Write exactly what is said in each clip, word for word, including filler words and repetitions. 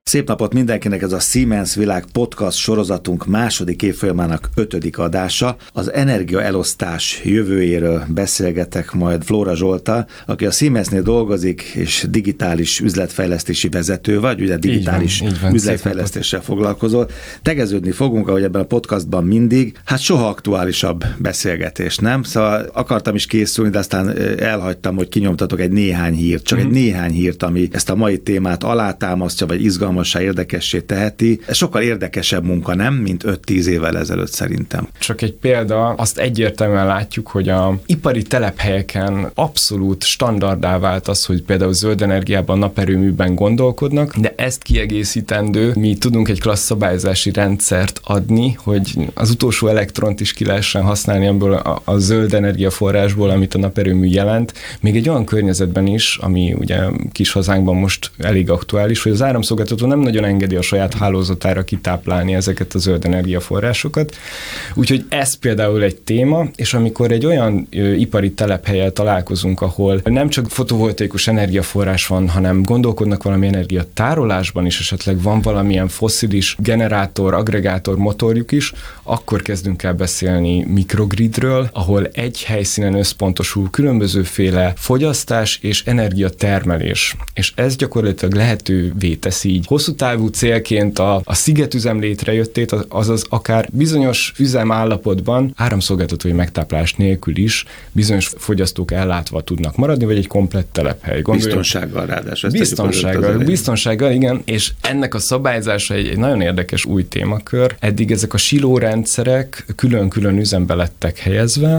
Szép napot mindenkinek, ez a Siemens Világ podcast sorozatunk második évfolyamának ötödik adása. Az energiaelosztás jövőjéről beszélgetek majd Flóra Zsolttal, aki a Siemensnél dolgozik, és digitális üzletfejlesztési vezető vagy, ugye digitális így van, így van, üzletfejlesztéssel foglalkozol. Tegeződni fogunk, ahogy ebben a podcastban mindig, hát soha aktuálisabb beszélgetés, nem? Szóval akartam is készülni, de aztán elhagytam, hogy kinyomtatok egy néhány hírt, csak mm. egy néhány hírt, ami ezt a mai témát alátámasztja, vagy izgalmas érdekessé teheti. Ez sokkal érdekesebb munka, nem? Mint öt-tíz évvel ezelőtt szerintem. Csak egy példa, azt egyértelműen látjuk, hogy a ipari telephelyeken abszolút standardá vált az, hogy például zöld energiában, naperőműben gondolkodnak, de ezt kiegészítendő, mi tudunk egy klassz szabályozási rendszert adni, hogy az utolsó elektront is ki lehessen használni ebből a, a zöld energiaforrásból, amit a naperőmű jelent, még egy olyan környezetben is, ami ugye kis hazánkban most elég aktuális, hogy az áramszolgáltató nem nagyon engedi a saját hálózatára kitáplálni ezeket a zöld energiaforrásokat. Úgyhogy ez például egy téma, és amikor egy olyan ö, ipari telephellyel találkozunk, ahol nem csak fotovoltaikus energiaforrás van, hanem gondolkodnak valami energiatárolásban is, esetleg van valamilyen fosszilis generátor, aggregátor, motorjuk is, akkor kezdünk el beszélni mikrogridről, ahol egy helyszínen összpontosul különbözőféle fogyasztás és energiatermelés. És ez gyakorlatilag lehetővé teszi így hosszú távú célként a, a szigetüzem létrejöttét, azaz akár bizonyos üzemállapotban áramszolgáltatói megtáplálás nélkül is bizonyos fogyasztók ellátva tudnak maradni, vagy egy komplett telephely. Gondoljunk, biztonsággal ráadásul. Biztonsággal, biztonsággal, igen, és ennek a szabályzása egy, egy nagyon érdekes új témakör. Eddig ezek a silórendszerek külön-külön üzembe lettek helyezve,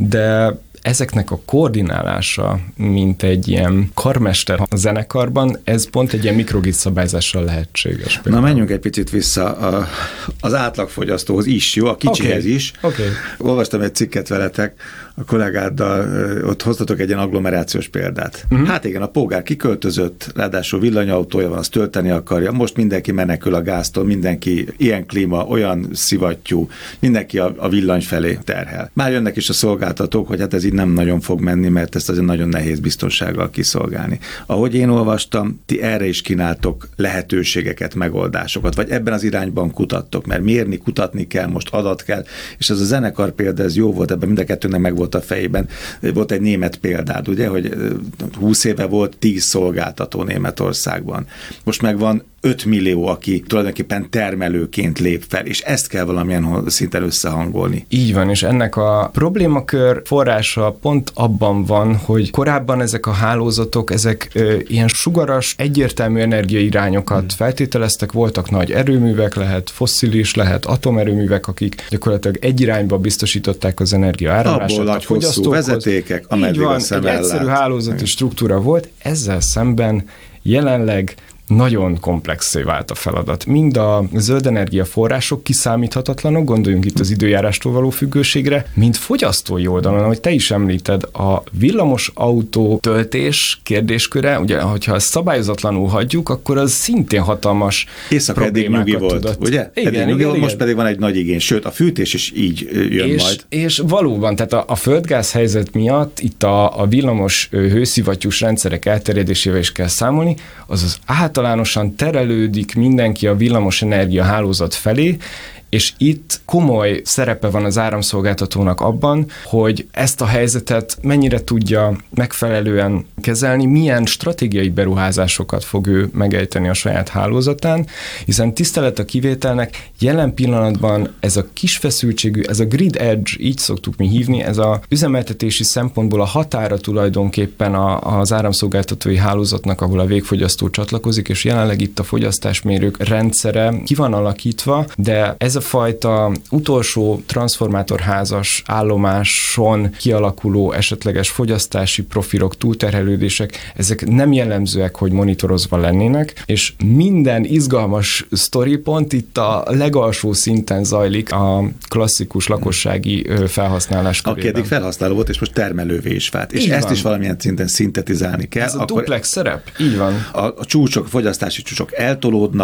de ezeknek a koordinálása, mint egy ilyen karmester a zenekarban, ez pont egy ilyen mikrogrid szabályzással lehetséges. Például. Na menjünk egy picit vissza a, az átlagfogyasztóhoz is, jó? A kicsihez okay. is. Okay. Olvastam egy cikket veletek, a kollégáddal, ott hoztatok egy ilyen agglomerációs példát. Uh-huh. Hát igen, a polgár kiköltözött, ráadásul villanyautója van, azt tölteni akarja, most mindenki menekül a gáztól, mindenki ilyen klíma, olyan szivattyú, mindenki a, a villany felé terhel. Már jönnek is a szolgáltatók, hogy hát ez így nem nagyon fog menni, mert ezt azért nagyon nehéz biztonsággal kiszolgálni. Ahogy én olvastam, ti erre is kínáltok lehetőségeket, megoldásokat, vagy ebben az irányban kutattok, mert mérni, kutatni kell, most adat kell, és ez a zenekar példa, ez jó volt, ebben mind a kettőnek meg volt a fejében. Volt egy német példád, ugye, hogy húsz éve volt tíz szolgáltató Németországban. Most meg van öt millió, aki tulajdonképpen termelőként lép fel, és ezt kell valamilyen szinten összehangolni. Így van, és ennek a problémakör forrása pont abban van, hogy korábban ezek a hálózatok, ezek ö, ilyen sugaras, egyértelmű energiairányokat hmm. feltételeztek, voltak nagy erőművek, lehet fosszilis, lehet atomerőművek, akik gyakorlatilag egy irányba biztosították az energia áramlását. Abból nagy hosszú vezetékek, ameddig a szem ellát. Egy egyszerű hálózati struktúra volt, ezzel szemben jelenleg nagyon komplexé vált a feladat. Mind a zöld energiaforrások kiszámíthatatlanok, gondoljunk itt az időjárástól való függőségre, mind fogyasztói oldalon, ahogy te is említed, a villamos autó töltés kérdésköre, ugye, hogyha ezt szabályozatlanul hagyjuk, akkor az szintén hatalmas Éjszaka eddig nyugi volt, tudott. Ugye? Igen, eddig nyugi volt, most pedig van egy nagy igény, sőt, a fűtés is így jön és, majd. És valóban, tehát a, a földgáz helyzet miatt itt a, a villamos hőszivattyús rendszerek elterjedésével is kell számolni, azaz általánosan terelődik mindenki a villamos energia hálózat felé, és itt komoly szerepe van az áramszolgáltatónak abban, hogy ezt a helyzetet mennyire tudja megfelelően kezelni, milyen stratégiai beruházásokat fog ő megejteni a saját hálózatán, hiszen tisztelet a kivételnek, jelen pillanatban ez a kis feszültségű, ez a grid edge, így szoktuk mi hívni, ez a üzemeltetési szempontból a határa tulajdonképpen a, az áramszolgáltatói hálózatnak, ahol a végfogyasztó csatlakozik, és jelenleg itt a fogyasztásmérők rendszere ki van alakítva, de ez a fajta utolsó transformátorházas állomáson kialakuló esetleges fogyasztási profilok, túlterhelődések, ezek nem jellemzőek, hogy monitorozva lennének, és minden izgalmas sztoripont itt a legalsó szinten zajlik a klasszikus lakossági felhasználás körében. Aki eddig felhasználó volt, és most termelővé is vált. És így ezt van. Is valamilyen szinten szintetizálni kell. Ez a duplex szerep? Így van. A, a csúcsok, a fogyasztási csúcsok eltolódnak,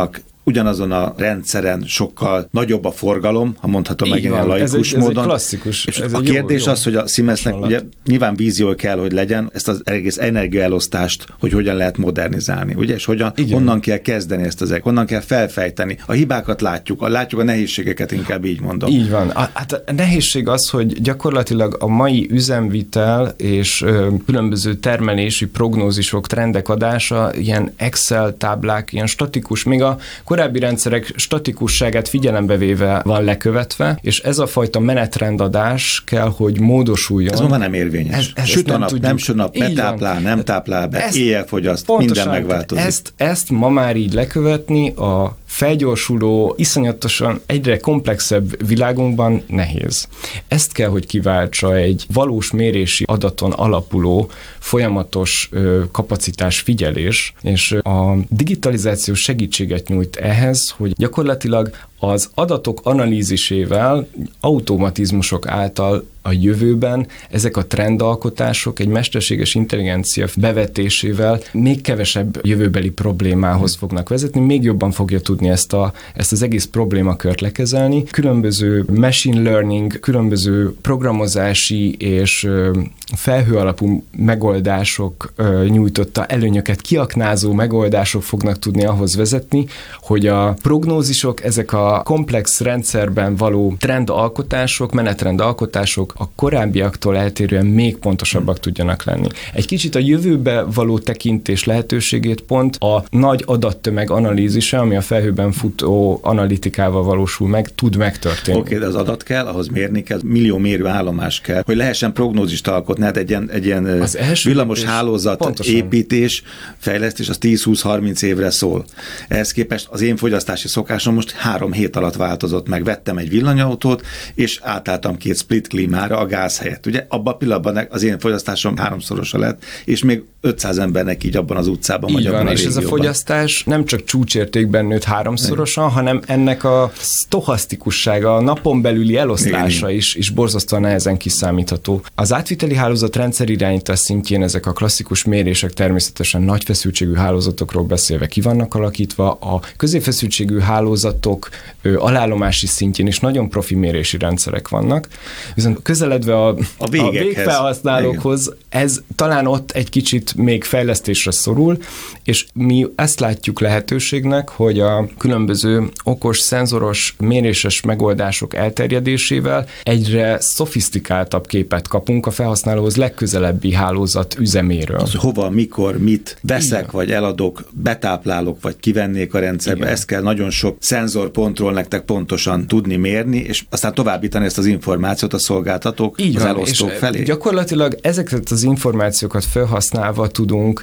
ugyanazon a rendszeren sokkal nagyobb a forgalom, ha mondhatom meg ilyen laikus ez módon. Ez egy klasszikus. És ez a egy kérdés jó, az, hogy a Siemensnek ugye nyilván vízió kell, hogy legyen ezt az egész energiaelosztást, hogy hogyan lehet modernizálni, ugye? És hogyan, honnan kell kezdeni ezt az, honnan kell felfejteni. A hibákat látjuk, látjuk a nehézségeket, inkább így mondom. Így van. A, hát a nehézség az, hogy gyakorlatilag a mai üzemvitel és ö, különböző termelési prognózisok, trendek adása, ilyen Excel táblák, ilyen statikus, még a korábbi rendszerek statikusságát figyelembe véve van lekövetve, és ez a fajta menetrendadás kell, hogy módosuljon. Ez ma nem érvényes. Ez, ez süt a nap, tudjuk. Nem süt a nap, betáplál, nem táplál be, éjjel fogyaszt, minden megváltozik. Ezt, ezt ma már így lekövetni a felgyorsuló, iszonyatosan egyre komplexebb világunkban nehéz. Ezt kell, hogy kiváltsa egy valós mérési adaton alapuló folyamatos ö, kapacitás figyelés, és a digitalizáció segítséget nyújt ehhez, hogy gyakorlatilag az adatok analízisével, automatizmusok által a jövőben ezek a trendalkotások egy mesterséges intelligencia bevetésével még kevesebb jövőbeli problémához fognak vezetni, még jobban fogja tudni ezt, a, ezt az egész problémakört lekezelni. Különböző machine learning, különböző programozási és felhő alapú megoldások nyújtotta előnyöket kiaknázó megoldások fognak tudni ahhoz vezetni, hogy a prognózisok, ezek a komplex rendszerben való trendalkotások, menetrendalkotások a korábbiaktól eltérően még pontosabbak tudjanak lenni. Egy kicsit a jövőbe való tekintés lehetőségét pont a nagy adattömeg analízise, ami a felhőben futó analitikával valósul meg, tud megtörténni. Oké, okay, de az adat kell, ahhoz mérni kell, millió mérőállomás kell, hogy lehessen prognózist alkotni, hát egy ilyen, egy ilyen villamos hálózat pontosan. Építés, fejlesztés, az tíz-húsz-harminc évre szól. Ehhez képest az én fogyasztási szokásom most három hét alatt változott meg. Vettem egy villanyautót, és átálltam két split klímára a gáz helyett. Ugye abban a pillanatban az én fogyasztásom háromszorosa lett, és még ötszáz embernek így abban az utcában, így vagy abban van, a és régióban. Ez a fogyasztás nem csak csúcsértékben nőtt háromszorosan, igen. hanem ennek a sztochasztikussága, a napon belüli eloszlása is, is borzasztóan nehezen kiszámítható. Az átviteli hálózat rendszerirányítás szintjén ezek a klasszikus mérések természetesen nagy feszültségű hálózatokról beszélve ki vannak alakítva, a középfeszültségű hálózatok ö, alállomási szintjén is nagyon profi mérési rendszerek vannak, viszont közeledve a, a, a végfelhasználókhoz, igen. ez talán ott egy kicsit még fejlesztésre szorul, és mi ezt látjuk lehetőségnek, hogy a különböző okos, szenzoros, méréses megoldások elterjedésével egyre szofisztikáltabb képet kapunk a felhasználóhoz legközelebbi hálózat üzeméről. Az, hova, mikor, mit veszek, igen. vagy eladok, betáplálok, vagy kivennék a rendszerbe, igen. ezt kell nagyon sok szenzorpontról nektek pontosan tudni mérni, és aztán továbbítani ezt az információt a szolgáltatók, így az van, elosztók felé. Gyakorlatilag ezeket az információkat felhasználva tudunk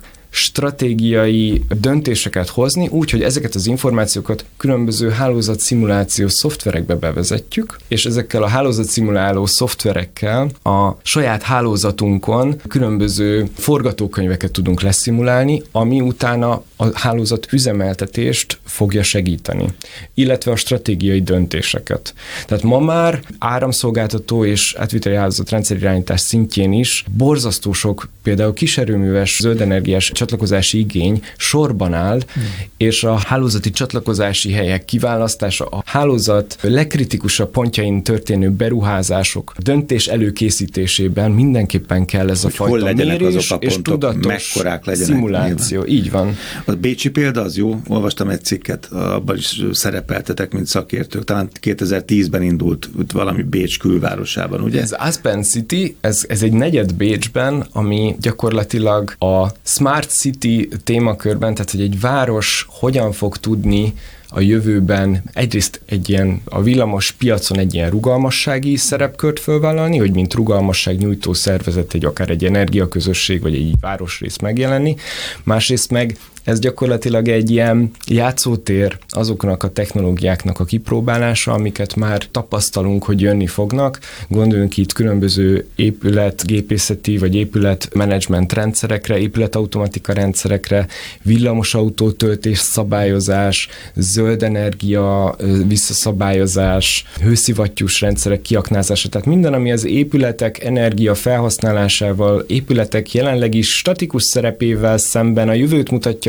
stratégiai döntéseket hozni, úgy, hogy ezeket az információkat különböző hálózatszimulációs szoftverekbe bevezetjük, és ezekkel a hálózatszimuláló szoftverekkel a saját hálózatunkon különböző forgatókönyveket tudunk leszimulálni, ami utána a hálózat üzemeltetést fogja segíteni, illetve a stratégiai döntéseket. Tehát ma már áramszolgáltató és átviteli hálózat rendszerirányítás szintjén is borzasztó sok, például kiserőműves zöldenergiás csatlakozási igény sorban áll, hmm. és a hálózati csatlakozási helyek kiválasztása, a hálózat legkritikusabb pontjain történő beruházások döntés előkészítésében mindenképpen kell ez a hogy fajta mérés a és tudatos szimuláció. Nyilván. Így van. A bécsi példa az jó, olvastam egy cikket, abban is szerepeltetek, mint szakértők. Talán kétezer-tízben indult valami Bécs külvárosában, ugye? Ez Aspen City, ez, ez egy negyed Bécsben, ami gyakorlatilag a Smart City témakörben, tehát hogy egy város hogyan fog tudni a jövőben egyrészt egy ilyen, a villamos piacon egy ilyen rugalmassági szerepkört fölvállalni, hogy mint rugalmasság nyújtó szervezet egy akár egy energiaközösség, vagy egy városrész megjelenni, másrészt meg ez gyakorlatilag egy ilyen játszótér azoknak a technológiáknak a kipróbálása, amiket már tapasztalunk, hogy jönni fognak. Gondoljunk itt különböző épületgépészeti vagy épületmenedzsment rendszerekre, épületautomatika rendszerekre, villamosautó töltés szabályozás, zöld energia visszaszabályozás, hőszivattyús rendszerek kiaknázása, tehát minden, ami az épületek energia felhasználásával, épületek jelenlegi statikus szerepével szemben a jövőt mutatja,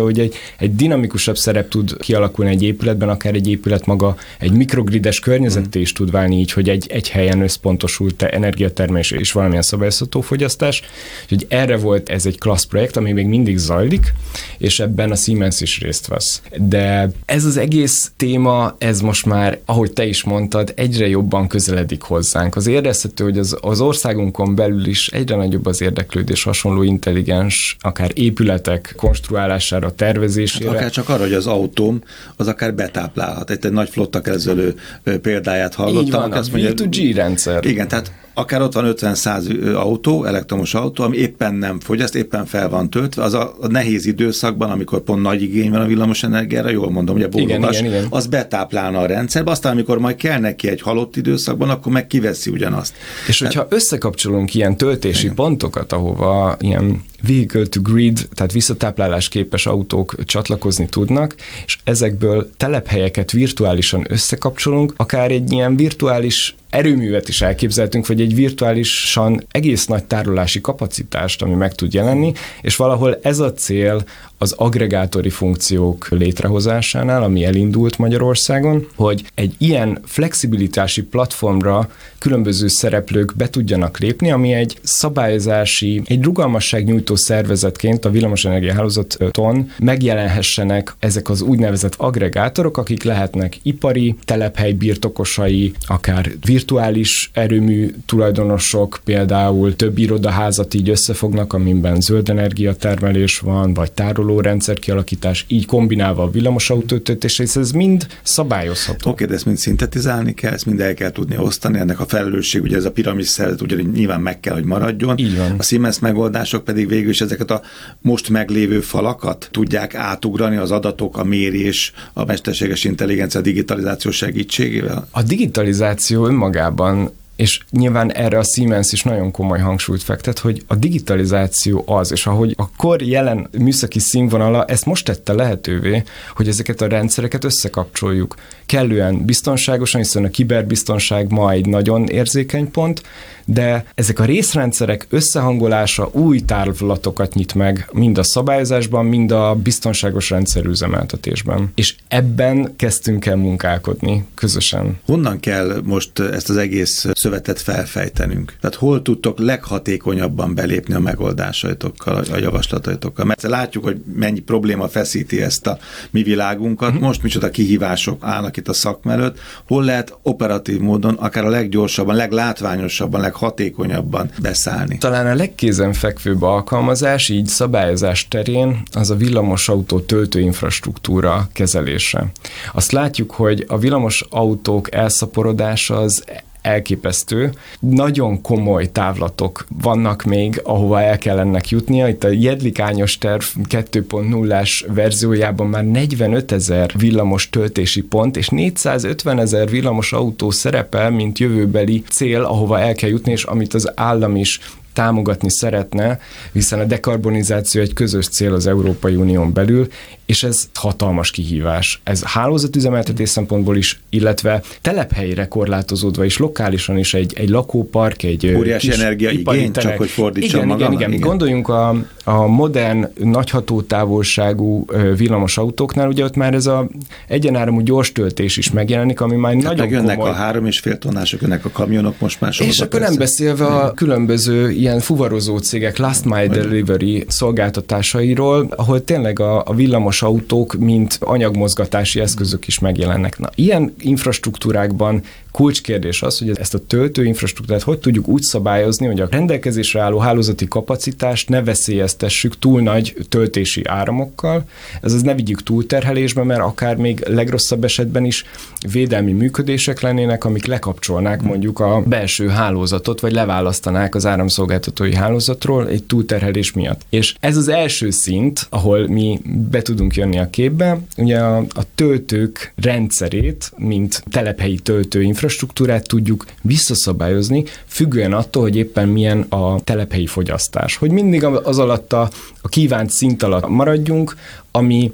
hogy egy, egy dinamikusabb szerep tud kialakulni egy épületben, akár egy épület maga egy mikrogrides környezetté is tud válni így, hogy egy, egy helyen összpontosult energiatermelés és valamilyen szabályozható fogyasztás. Úgyhogy erre volt ez egy klassz projekt, ami még mindig zajlik, és ebben a Siemens is részt vesz. De ez az egész téma, ez most már, ahogy te is mondtad, egyre jobban közeledik hozzánk. Az érezhető, hogy az, az országunkon belül is egyre nagyobb az érdeklődés hasonló intelligens, akár épületek konstruálására, tervezésére. Hát akár csak arra, hogy az autóm, az akár betáplálhat. Egy, egy nagy flotta kezelő példáját hallottam. Így van, a vé kettő gé rendszer. Igen, tehát akár ott van ötven-száz autó, elektromos autó, ami éppen nem fogyaszt, éppen fel van töltve, az a, a nehéz időszakban, amikor pont nagy igény van a villamos energiára, jól mondom, ugye bólogas, az betáplálna a rendszerbe, aztán amikor majd kell neki egy halott időszakban, akkor meg kiveszi ugyanazt. És hogyha tehát, összekapcsolunk ilyen töltési igen. pontokat, ahova ilyen vehicle to grid, tehát visszatáplálás képes autók csatlakozni tudnak, és ezekből telephelyeket virtuálisan összekapcsolunk, akár egy ilyen virtuális erőművet is elképzeltünk, vagy egy virtuálisan egész nagy tárolási kapacitást, ami meg tud jelenni, és valahol ez a cél az agregátori funkciók létrehozásánál, ami elindult Magyarországon, hogy egy ilyen flexibilitási platformra különböző szereplők be tudjanak lépni, ami egy szabályozási, egy rugalmasságnyújtó szervezetként a villamosenergia hálózaton megjelenhessenek ezek az úgynevezett agregátorok, akik lehetnek ipari, telephely birtokosai, akár virtuális erőmű tulajdonosok, például több irodaházat így összefognak, amiben zöld energiatermelés van, vagy tárolórendszer kialakítás, így kombinálva a villamosautótöltés, és ez mind szabályozható. Oké, de ezt mind szintetizálni kell, ezt mind el kell tudni osztani, ennek a felelősség, ugye ez a piramis szervezet, ugye nyilván meg kell, hogy maradjon. Így van. A Siemens megoldások pedig végül is ezeket a most meglévő falakat tudják átugrani, az adatok, a mérés, a mesterséges intelligencia, a digitalizáció segítségével? A digitalizáció önmagában, és nyilván erre a Siemens is nagyon komoly hangsúlyt fektet, hogy a digitalizáció az, és ahogy a kor jelen műszaki színvonala ezt most tette lehetővé, hogy ezeket a rendszereket összekapcsoljuk. Kellően biztonságosan, hiszen a kiberbiztonság ma egy nagyon érzékeny pont, de ezek a részrendszerek összehangolása új távlatokat nyit meg, mind a szabályozásban, mind a biztonságos rendszerüzemeltetésben. És ebben kezdtünk el munkálkodni közösen. Honnan kell most ezt az egész szövetet felfejtenünk? Tehát hol tudtok leghatékonyabban belépni a megoldásaitokkal, a javaslataitokkal? Mert látjuk, hogy mennyi probléma feszíti ezt a mi világunkat. Uh-huh. Most micsoda kihívások állnak itt a szakma előtt. Hol lehet operatív módon, akár a leggyorsabban, leglátványosabban, leghatékonyabban beszállni? Talán a legkézenfekvőbb alkalmazás, így szabályozás terén az a villamosautó töltőinfrastruktúra kezelése. Azt látjuk, hogy a villamosautók elszaporodása az elképesztő. Nagyon komoly távlatok vannak még, ahova el kell ennek jutnia. Itt a jedlikányos terv kettő pont nullás verziójában már negyvenötezer villamos töltési pont, és négyszázötven ezer villamos autó szerepel, mint jövőbeli cél, ahova el kell jutni, és amit az állam is támogatni szeretne, hiszen a dekarbonizáció egy közös cél az Európai Unión belül, és ez hatalmas kihívás. Ez hálózatüzemeltetés szempontból is, illetve telephelyre korlátozódva is, lokálisan is egy, egy lakópark, egy óriási energiaigény, csak hogy fordítsam igen, magam. Igen, igen. Gondoljunk a, a modern, nagy hatótávolságú villamos autóknál, ugye ott már ez a egyenáramú gyors töltés is megjelenik, ami már tehát nagyon jönnek komoly. A három és fél tonnások, jönnek a kamionok most már soha. És akkor persze. Nem beszélve a különböző ilyen fuvarozó cégek last mile delivery szolgáltatásairól, ahol tényleg a, a villamos autók, mint anyagmozgatási eszközök is megjelennek. Na, ilyen infrastruktúrákban kulcskérdés az, hogy ezt a töltőinfrastruktúrát hogy tudjuk úgy szabályozni, hogy a rendelkezésre álló hálózati kapacitást ne veszélyeztessük túl nagy töltési áramokkal, ezzel ne vigyük túlterhelésbe, mert akár még legrosszabb esetben is védelmi működések lennének, amik lekapcsolnák mondjuk a belső hálózatot, vagy leválasztanák az áramszolgáltatói hálózatról egy túlterhelés miatt. És ez az első szint, ahol mi be tudunk jönni a képbe, ugye a, a töltők rendszerét, mint telephelyi töltő infrastruktúrát tudjuk visszaszabályozni, függően attól, hogy éppen milyen a telephelyi fogyasztás. Hogy mindig az alatt a, a kívánt szint alatt maradjunk, ami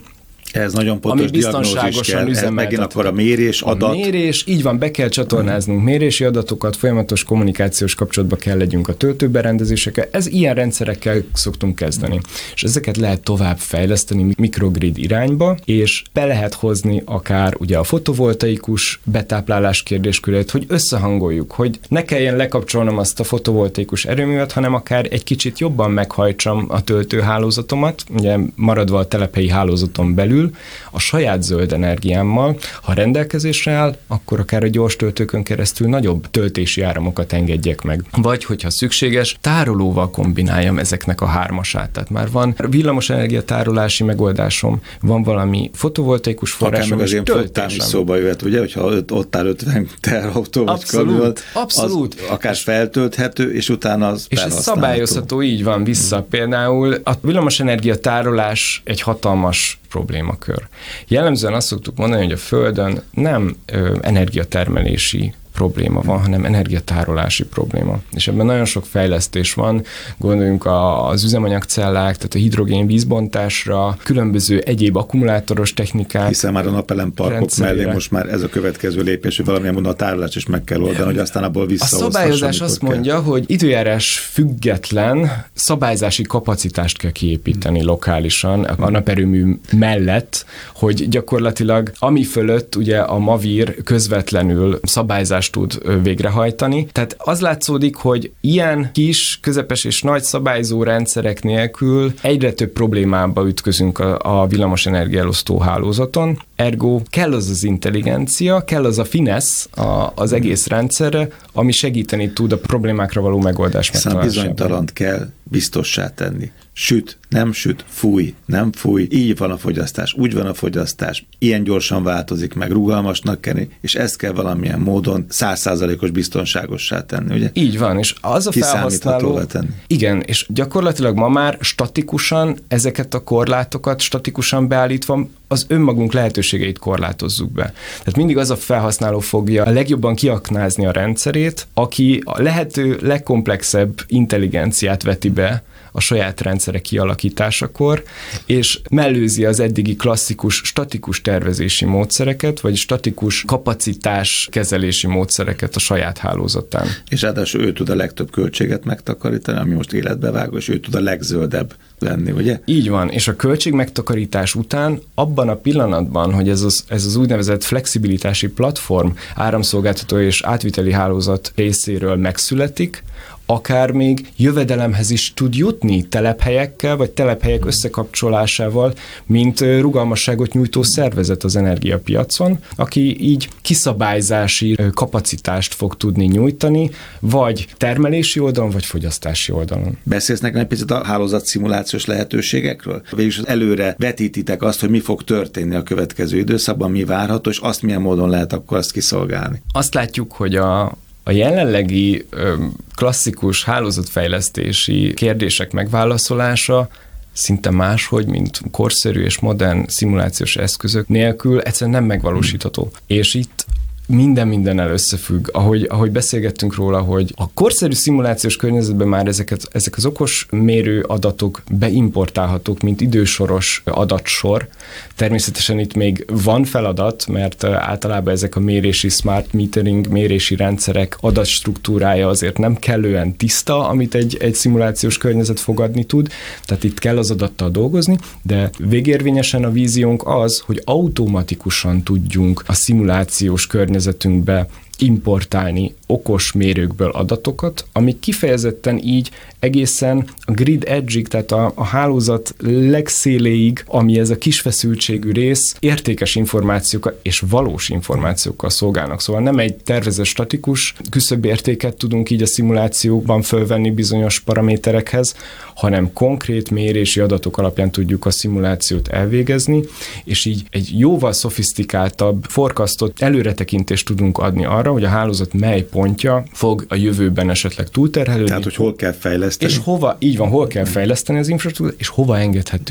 Ez nagyon pontos diagnózis kell, ez megint akkor a mérés, adat. A mérés, így van, be kell csatornáznunk mérési adatokat, folyamatos kommunikációs kapcsolatba kell legyünk a töltőberendezésekkel, ez ilyen rendszerekkel szoktunk kezdeni. És ezeket lehet tovább fejleszteni mikrogrid irányba, és be lehet hozni akár ugye a fotovoltaikus betáplálás kérdéskörét, hogy összehangoljuk, hogy ne kelljen lekapcsolnom azt a fotovoltaikus erőművet, hanem akár egy kicsit jobban meghajtsam a töltőhálózatomat, ugye maradva a telephelyi hálózaton belül, a saját zöld energiámmal, ha rendelkezésre áll, akkor akár a gyors töltőkön keresztül nagyobb töltési áramokat engedjek meg. Vagy, hogyha szükséges, tárolóval kombináljam ezeknek a hármasát. Tehát már van villamosenergia tárolási megoldásom, van valami fotovoltaikus forrásom, és töltésem. Is szóba jöhet, ugye, hogyha ott áll ötven terawattó vagy kamion, abszolút. Az akár feltölthető, és utána az és ez szabályozható, így van vissza. Hmm. Például a villamosenergia tárolás egy hatalmas problémakör. Jellemzően azt szoktuk mondani, hogy a Földön nem ö, energiatermelési probléma van, hanem energiatárolási probléma. És ebben nagyon sok fejlesztés van, gondoljunk az üzemanyagcellák, tehát a hidrogén vízbontásra, különböző egyéb akkumulátoros technikák. Hiszen már a napelemparkok mellé most már ez a következő lépés, hogy valamilyen módon a tárolást is meg kell oldani, hogy aztán abból visszahozhassa. A szabályozás azt mondja, kell. hogy időjárás független szabályzási kapacitást kell kiépíteni lokálisan a naperőmű mellett, hogy gyakorlatilag ami fölött ugye a MAVIR közvetlenül szabályzás tud végrehajtani. Tehát az látszódik, hogy ilyen kis, közepes és nagy szabályzó rendszerek nélkül egyre több problémába ütközünk a, a villamosenergia elosztó hálózaton. Ergo kell az az intelligencia, kell az a finesz a, az egész rendszerre, ami segíteni tud a problémákra való megoldás megtalálásában. Bizonytalant kell biztossá tenni. Süt, nem süt, fúj, nem fúj, így van a fogyasztás, úgy van a fogyasztás, ilyen gyorsan változik meg, rugalmasnak kell, és ezt kell valamilyen módon száz százalékos biztonságossá tenni, ugye? Így van, és az a felhasználó... tenni. Igen, és gyakorlatilag ma már statikusan ezeket a korlátokat, statikusan beállítva az önmagunk lehetőségeit korlátozzuk be. Tehát mindig az a felhasználó fogja a legjobban kiaknázni a rendszerét, aki a lehető legkomplexebb intelligenciát veti be a saját rendszere kialakításakor, és mellőzi az eddigi klasszikus statikus tervezési módszereket, vagy statikus kapacitás kezelési módszereket a saját hálózatán. És ráadásul ő tud a legtöbb költséget megtakarítani, ami most életbevágó, és ő tud a legzöldebb lenni, ugye? Így van, és a költségmegtakarítás után abban a pillanatban, hogy ez az, ez az úgynevezett flexibilitási platform áramszolgáltató és átviteli hálózat részéről megszületik, akár még jövedelemhez is tud jutni telephelyekkel, vagy telephelyek összekapcsolásával, mint rugalmasságot nyújtó szervezet az energiapiacon, aki így kiszabályzási kapacitást fog tudni nyújtani, vagy termelési oldalon, vagy fogyasztási oldalon. Beszélsz nekem egy picit a hálózat szimulációs lehetőségekről? Végülis előre vetítitek azt, hogy mi fog történni a következő időszakban, mi várható, és azt milyen módon lehet akkor azt kiszolgálni? Azt látjuk, hogy a A jelenlegi ö, klasszikus hálózatfejlesztési kérdések megválaszolása szinte máshogy, mint korszerű és modern szimulációs eszközök nélkül egyszerűen nem megvalósítható. És itt minden mindennel összefügg. Ahogy, ahogy beszélgettünk róla, hogy a korszerű szimulációs környezetben már ezeket, ezek az okos mérő adatok beimportálhatók, mint idősoros adatsor. Természetesen itt még van feladat, mert általában ezek a mérési smart metering, mérési rendszerek adatstruktúrája azért nem kellően tiszta, amit egy, egy szimulációs környezet fogadni tud, tehát itt kell az adattal dolgozni, de végérvényesen a víziónk az, hogy automatikusan tudjunk a szimulációs környezetünkbe importálni okos mérőkből adatokat, amik kifejezetten így egészen a grid edge-ig, tehát a, a hálózat legszéléig, ami ez a kis feszültségű rész, értékes információkkal és valós információkkal szolgálnak. Szóval nem egy tervezett statikus küszöbértéket tudunk így a szimulációban fölvenni bizonyos paraméterekhez, hanem konkrét mérési adatok alapján tudjuk a szimulációt elvégezni, és így egy jóval szofisztikáltabb, forecastot előretekintést tudunk adni arra, hogy a hálózat mely pontja fog a jövőben esetleg túlterhelődni. Tehát, hogy hol kell fejleszteni. És hova, így van, hol kell fejleszteni az infrastruktúrát, és hova engedhetünk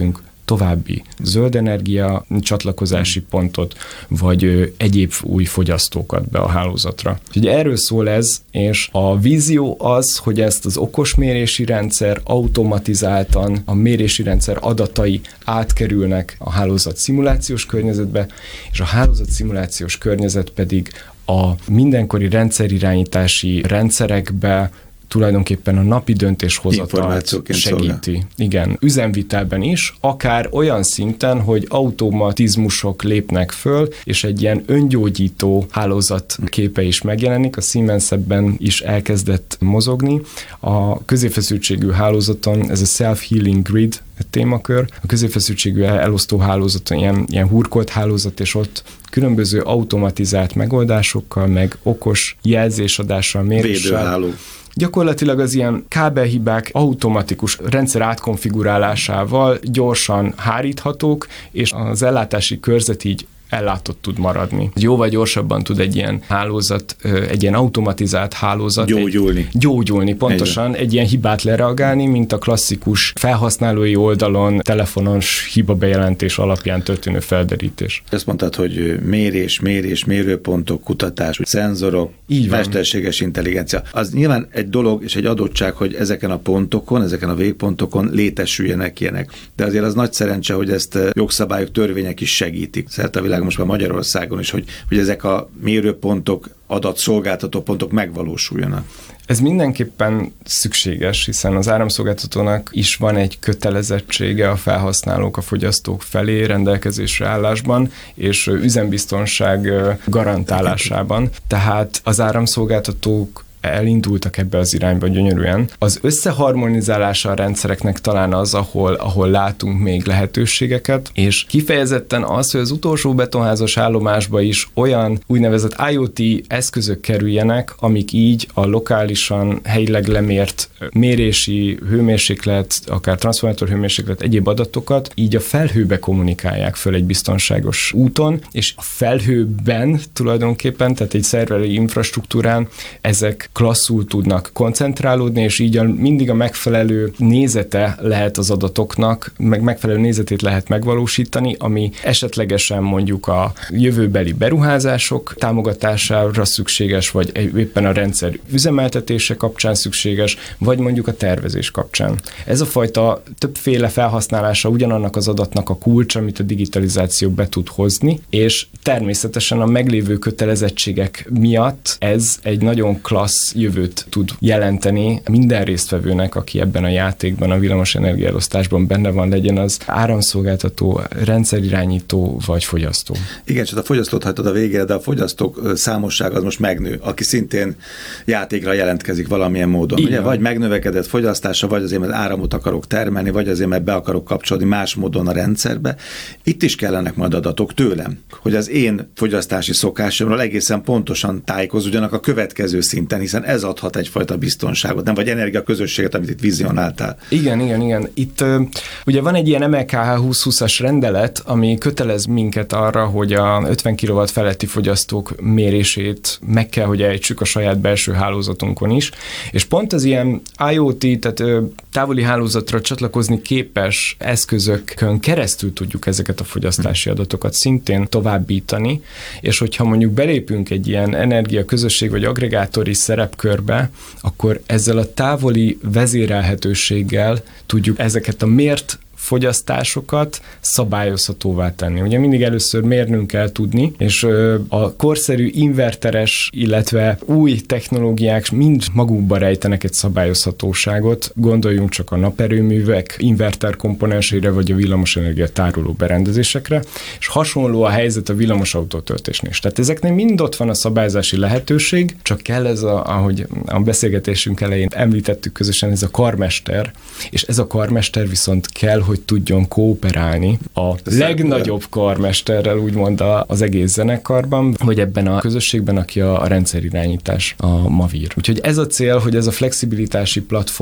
további zöld energia csatlakozási pontot, vagy egyéb új fogyasztókat be a hálózatra. Úgyhogy erről szól ez, és a vízió az, hogy ezt az okos mérési rendszer automatizáltan a mérési rendszer adatai átkerülnek a hálózat szimulációs környezetbe, és a hálózat szimulációs környezet pedig a mindenkori rendszerirányítási rendszerekbe tulajdonképpen a napi döntéshozatalt segíti. Szolgál. Igen, üzemvitelben is, akár olyan szinten, hogy automatizmusok lépnek föl, és egy ilyen öngyógyító hálózat képe is megjelenik. A Siemens ebben is elkezdett mozogni. A középfeszültségű hálózaton, ez a self-healing grid témakör, a középfeszültségű elosztó hálózaton ilyen, ilyen hurkolt hálózat, és ott különböző automatizált megoldásokkal, meg okos jelzésadással, méréssel. Védőháló. Gyakorlatilag az ilyen kábelhibák automatikus rendszer átkonfigurálásával gyorsan háríthatók, és az ellátási körzet így ellátott tud maradni. Jóval gyorsabban tud egy ilyen hálózat, egy ilyen automatizált hálózat gyógyulni. Egy, gyógyulni, pontosan, Egyre. egy ilyen hibát lereagálni, mint a klasszikus felhasználói oldalon telefonos hibabejelentés alapján történő felderítés. Ezt mondtad, hogy mérés, mérés, mérőpontok, kutatás, szenzorok, mesterséges intelligencia. Az nyilván egy dolog és egy adottság, hogy ezeken a pontokon, ezeken a végpontokon létesüljenek ilyenek. De azért az nagy szerencse, hogy ezt jogszabályok, törvények is segítik. Szerte a világ most már Magyarországon is, hogy, hogy ezek a mérőpontok, adatszolgáltató pontok megvalósuljanak. Ez mindenképpen szükséges, hiszen az áramszolgáltatónak is van egy kötelezettsége a felhasználók, a fogyasztók felé rendelkezésre állásban, és üzembiztonság garantálásában. Tehát az áramszolgáltatók elindultak ebbe az irányba gyönyörűen. Az összeharmonizálása a rendszereknek talán az, ahol, ahol látunk még lehetőségeket, és kifejezetten az, hogy az utolsó betonházas állomásba is olyan úgynevezett I O T eszközök kerüljenek, amik így a lokálisan, helyileg lemért mérési hőmérséklet, akár transformátor hőmérséklet, egyéb adatokat így a felhőbe kommunikálják föl egy biztonságos úton, és a felhőben tulajdonképpen, tehát egy szerveri infrastruktúrán ezek klasszul tudnak koncentrálódni, és így a, mindig a megfelelő nézete lehet az adatoknak, meg megfelelő nézetét lehet megvalósítani, ami esetlegesen mondjuk a jövőbeli beruházások támogatására szükséges, vagy éppen a rendszer üzemeltetése kapcsán szükséges, vagy mondjuk a tervezés kapcsán. Ez a fajta többféle felhasználása ugyanannak az adatnak a kulcs, amit a digitalizáció be tud hozni, és természetesen a meglévő kötelezettségek miatt ez egy nagyon klassz jövőt tud jelenteni minden résztvevőnek, aki ebben a játékban, a villamos energiaelosztásban benne van, legyen az áramszolgáltató, rendszerirányító vagy fogyasztó. Igen, csak a fogyasztót hagytad a végére, de a fogyasztók számossága az most megnő, aki szintén játékra jelentkezik valamilyen módon. Ugye, vagy megnövekedett fogyasztása, vagy azért, mert áramot akarok termelni, vagy azért, mert be akarok kapcsolni más módon a rendszerbe. Itt is kellenek majd adatok tőlem, hogy az én fogyasztási szokásomról egészen pontosan tájékozódjanak a következő szinten, hiszen ez adhat egyfajta biztonságot, nem vagy energiaközösséget, amit itt vizionáltál. Igen, igen, igen. Itt uh, ugye van egy ilyen M L K H húsz-húszas rendelet, ami kötelez minket arra, hogy a ötven kilowatt feletti fogyasztók mérését meg kell, hogy ejtsük a saját belső hálózatunkon is, és pont az ilyen I O T, tehát uh, távoli hálózatra csatlakozni képes eszközökön keresztül tudjuk ezeket a fogyasztási adatokat szintén továbbítani, és hogyha mondjuk belépünk egy ilyen energiaközösség vagy agregátori szerepkörbe, akkor ezzel a távoli vezérelhetőséggel tudjuk ezeket a mért fogyasztásokat szabályozhatóvá tenni. Ugye mindig először mérnünk kell tudni, és a korszerű inverteres, illetve új technológiák mind magukba rejtenek egy szabályozhatóságot. Gondoljunk csak a naperőművek inverter komponenseire, vagy a villamosenergia tároló berendezésekre, és hasonló a helyzet a villamosautótöltésnél. Tehát ezeknél mind ott van a szabályozási lehetőség, csak kell ez, a, ahogy a beszélgetésünk elején említettük közösen, ez a karmester, és ez a karmester viszont kell, hogy tudjon kooperálni a ez legnagyobb karmesterrel, úgymond az egész zenekarban, vagy ebben a közösségben, aki a, a rendszerirányítás, a Mavir. Úgyhogy ez a cél, hogy ez a flexibilitási platform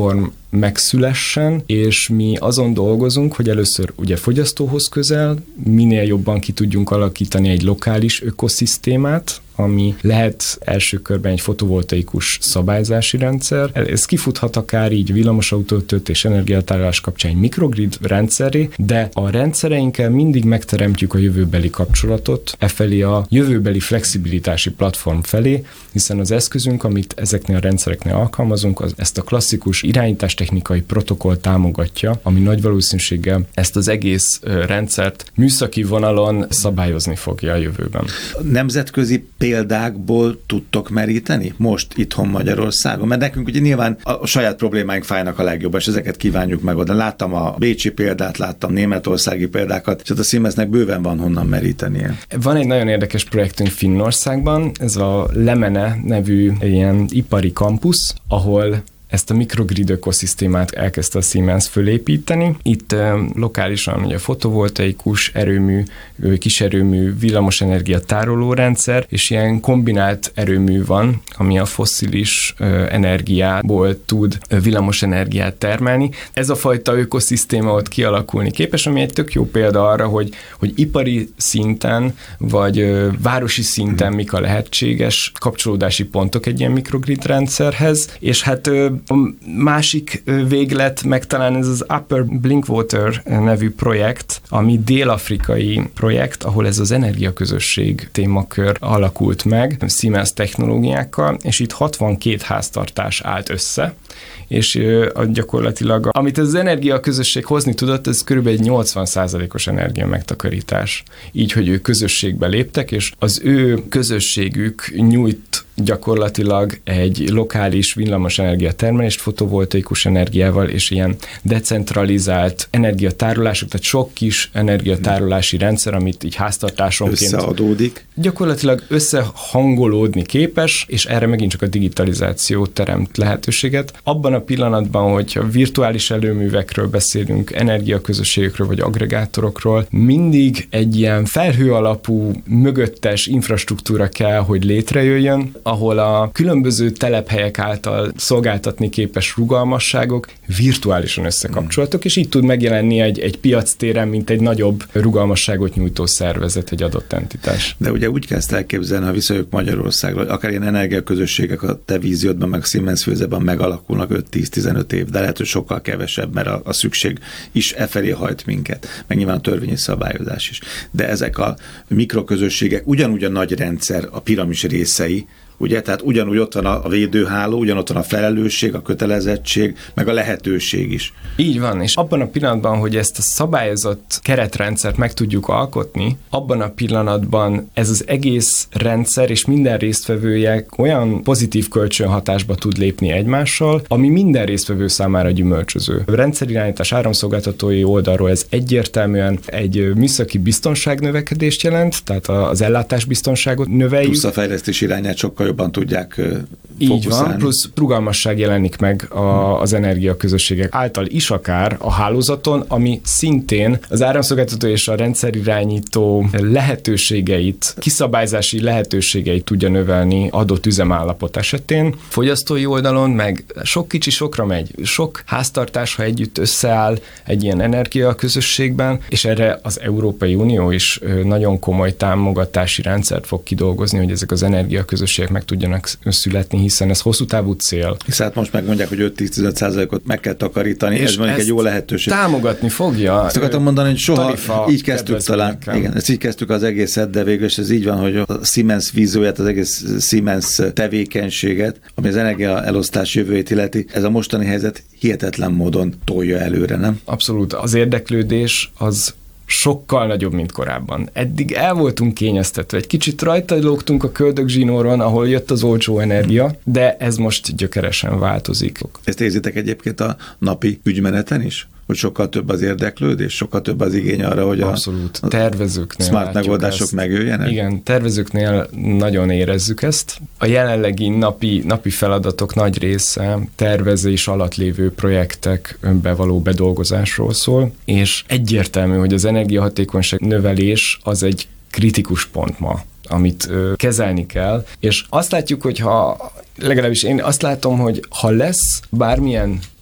megszülessen, és mi azon dolgozunk, hogy először ugye fogyasztóhoz közel, minél jobban ki tudjunk alakítani egy lokális ökoszisztémát, ami lehet első körben egy fotovoltaikus szabályzási rendszer. Ez kifuthat akár így villamosautó töltés energiatárolás kapcsán egy mikrogrid rendszeré, de a rendszereinkkel mindig megteremtjük a jövőbeli kapcsolatot, e felé a jövőbeli flexibilitási platform felé, hiszen az eszközünk, amit ezeknél a rendszereknél alkalmazunk, az ezt a klasszikus irányítástechnikai protokoll támogatja, ami nagy valószínűséggel ezt az egész rendszert műszaki vonalon szabályozni fogja a jövőben. Nemzetközi példákból tudtok meríteni most itthon Magyarországon? Mert nekünk ugye nyilván a saját problémáink fájnak a legjobban, és ezeket kívánjuk megoldani. Láttam a bécsi példát, láttam németországi példákat, és a Siemensnek bőven van honnan merítenie. Van egy nagyon érdekes projektünk Finnországban, ez a Lemene nevű ilyen ipari kampusz, ahol ezt a mikrogrid ökoszisztémát elkezdte a Siemens fölépíteni. Itt uh, lokálisan ugye fotovoltaikus erőmű, kiserőmű, villamosenergia tárolórendszer, és ilyen kombinált erőmű van, ami a fosszilis uh, energiából tud uh, villamosenergiát termelni. Ez a fajta ökoszisztéma ott kialakulni képes, ami egy tök jó példa arra, hogy, hogy ipari szinten, vagy uh, városi szinten mik a lehetséges kapcsolódási pontok egy ilyen mikrogrid rendszerhez, és hát uh, a másik véglet meg talán ez az Upper Blinkwater nevű projekt, ami dél-afrikai projekt, ahol ez az energiaközösség témakör alakult meg Siemens technológiákkal, és itt hatvankét háztartás állt össze, és gyakorlatilag amit ez az energiaközösség hozni tudott, ez körülbelül egy nyolcvan százalékos energia megtakarítás. Így, hogy ők közösségbe léptek, és az ő közösségük nyújt gyakorlatilag egy lokális villamosenergia termelést fotovoltaikus energiával, és ilyen decentralizált energiatárolások, tehát sok kis energiatárolási rendszer, amit így háztartásonként összeadódik. Gyakorlatilag összehangolódni képes, és erre megint csak a digitalizáció teremt lehetőséget. Abban a pillanatban, hogyha virtuális előművekről beszélünk, energiaközösségekről vagy agregátorokról, mindig egy ilyen felhő alapú, mögöttes infrastruktúra kell, hogy létrejöjjön, ahol a különböző telephelyek által szolgáltatni képes rugalmasságok virtuálisan összekapcsolatok, és így tud megjelenni egy, egy piactéren, mint egy nagyobb rugalmasságot nyújtó szervezet, egy adott entitás. De ugye úgy kezd elképzelni, ha visszajövök Magyarországra, hogy akár ilyen energiaközösségek a te víziódban, meg a Siemens főzeben megalakulnak öt-tíz-tizenöt év, de lehet, hogy sokkal kevesebb, mert a, a szükség is e felé hajt minket, meg nyilván a törvényi szabályozás is. De ezek a mikroközösségek ugyanúgy a nagy rendszer, a piramis részei, ugye? Tehát ugyanúgy ott van a védőháló, ugyanott van a felelősség, a kötelezettség, meg a lehetőség is. Így van, és abban a pillanatban, hogy ezt a szabályozott keretrendszert meg tudjuk alkotni, abban a pillanatban ez az egész rendszer és minden résztvevője olyan pozitív kölcsönhatásba tud lépni egymással, ami minden résztvevő számára gyümölcsöző. A rendszerirányítás áramszolgáltatói oldalról ez egyértelműen egy műszaki biztonságnövekedést jelent, tehát az ellátásbiztonságot növeljük. Plusz a fejlesztés irányát sokkal jobban tudják fókuszálni. Így van, plusz rugalmasság jelenik meg a, az energiaközösségek által is akár a hálózaton, ami szintén az áramszolgáltató és a rendszerirányító lehetőségeit, kiszabályzási lehetőségeit tudja növelni adott üzemállapot esetén. Fogyasztói oldalon meg sok kicsi sokra megy. Sok háztartás, ha együtt összeáll egy ilyen energiaközösségben, és erre az Európai Unió is nagyon komoly támogatási rendszert fog kidolgozni, hogy ezek az energiaközösségek meg tudjanak születni, hiszen ez hosszú távú cél. Hiszen hát most megmondják, hogy öt-tíz százalékot meg kell takarítani, és ez mondjuk egy jó lehetőség. Támogatni fogja. Azt akartam mondani, hogy soha így kezdtük talán. Igen, ezt így kezdtük az egészet, de végül is ez így van, hogy a Siemens vízióját, az egész Siemens tevékenységet, ami az energia elosztás jövőjét illeti, ez a mostani helyzet hihetetlen módon tolja előre, nem? Abszolút. Az érdeklődés az sokkal nagyobb, mint korábban. Eddig el voltunk kényeztetve, egy kicsit rajta lógtunk a köldögzsinóron, ahol jött az olcsó energia, de ez most gyökeresen változik. Ezt érzitek egyébként a napi ügymeneten is? Hogy sokkal több az érdeklődés, sokkal több az igény arra, hogy abszolút. a tervezőknél smart megoldások ezt megjöjjenek? Igen, tervezőknél nagyon érezzük ezt. A jelenlegi napi, napi feladatok nagy része tervezés alatt lévő projektek önbevaló bedolgozásról szól, és egyértelmű, hogy az energiahatékonyság növelés az egy kritikus pont ma, amit ö, kezelni kell, és azt látjuk, hogy ha legalábbis én azt látom, hogy ha lesz bármilyen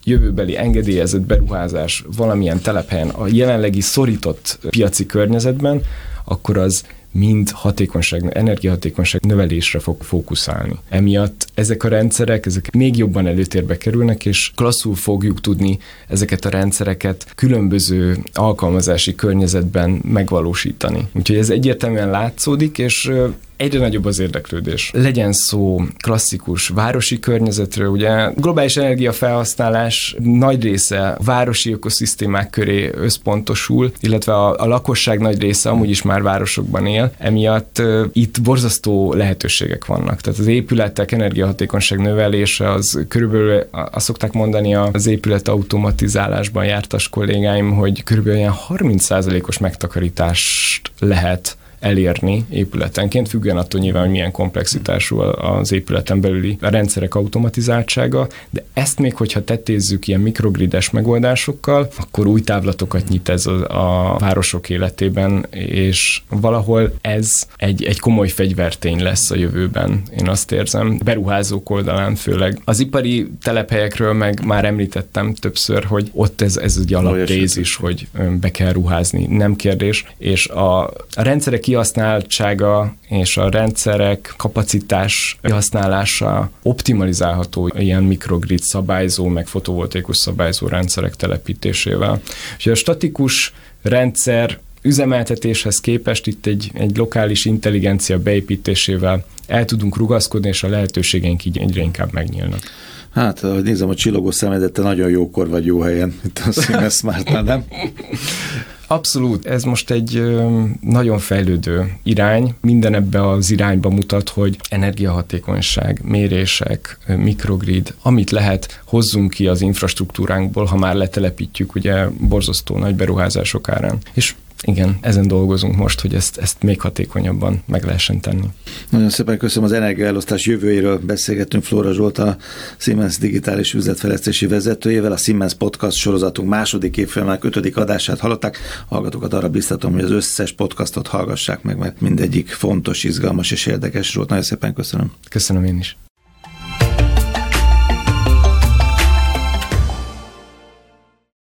jövőbeli engedélyezett beruházás valamilyen telephelyen a jelenlegi szorított piaci környezetben, akkor az mind hatékonyság, energiahatékonyság növelésre fog fókuszálni. Emiatt ezek a rendszerek, ezek még jobban előtérbe kerülnek, és klasszul fogjuk tudni ezeket a rendszereket különböző alkalmazási környezetben megvalósítani. Úgyhogy ez egyértelműen látszódik, és egyre nagyobb az érdeklődés. Legyen szó klasszikus városi környezetről, ugye globális energiafelhasználás nagy része városi ökoszisztémák köré összpontosul, illetve a, a lakosság nagy része amúgy is már városokban él, emiatt uh, itt borzasztó lehetőségek vannak. Tehát az épületek energiahatékonyság növelése, az körülbelül azt szokták mondani az épület automatizálásban jártas kollégáim, hogy körülbelül ilyen harminc százalékos megtakarítást lehet elérni épületenként, függően attól nyilván, hogy milyen komplexitású az épületen belüli a rendszerek automatizáltsága, de ezt még, hogyha tetézzük ilyen mikrogrides megoldásokkal, akkor új távlatokat nyit ez a, a városok életében, és valahol ez egy, egy komoly fegyvertény lesz a jövőben, én azt érzem, beruházók oldalán főleg. Az ipari telephelyekről meg már említettem többször, hogy ott ez, ez egy alaptézis, hogy be kell ruházni, nem kérdés, és a, a rendszerek kihasználtsága és a rendszerek kapacitás kihasználása optimalizálható ilyen mikrogrid szabályzó, meg fotovoltaikus szabályzó rendszerek telepítésével. És a statikus rendszer üzemeltetéshez képest itt egy, egy lokális intelligencia beépítésével el tudunk rugaszkodni, és a lehetőségeink így egyre inkább megnyílnak. Hát, ahogy nézem, a csillogó szemedet, te nagyon jókor vagy jó helyen, itt a Siemens Smartnál, nem? Abszolút, ez most egy ö, nagyon fejlődő irány, minden ebbe az irányba mutat, hogy energiahatékonyság, mérések, mikrogrid, amit lehet, hozzunk ki az infrastruktúránkból, ha már letelepítjük, ugye borzasztó nagy beruházások árán. És igen, ezen dolgozunk most, hogy ezt, ezt még hatékonyabban meg lehessen tenni. Nagyon szépen köszönöm, az energiaelosztás jövőjéről beszélgettünk Flóra Zsolt, a Siemens digitális üzletfejlesztési vezetőjével. A Siemens Podcast sorozatunk második évfolyamának ötödik adását hallották. Hallgatókat arra biztatom, hogy az összes podcastot hallgassák meg, mert mindegyik fontos, izgalmas és érdekes. Zsolt, nagyon szépen köszönöm. Köszönöm én is.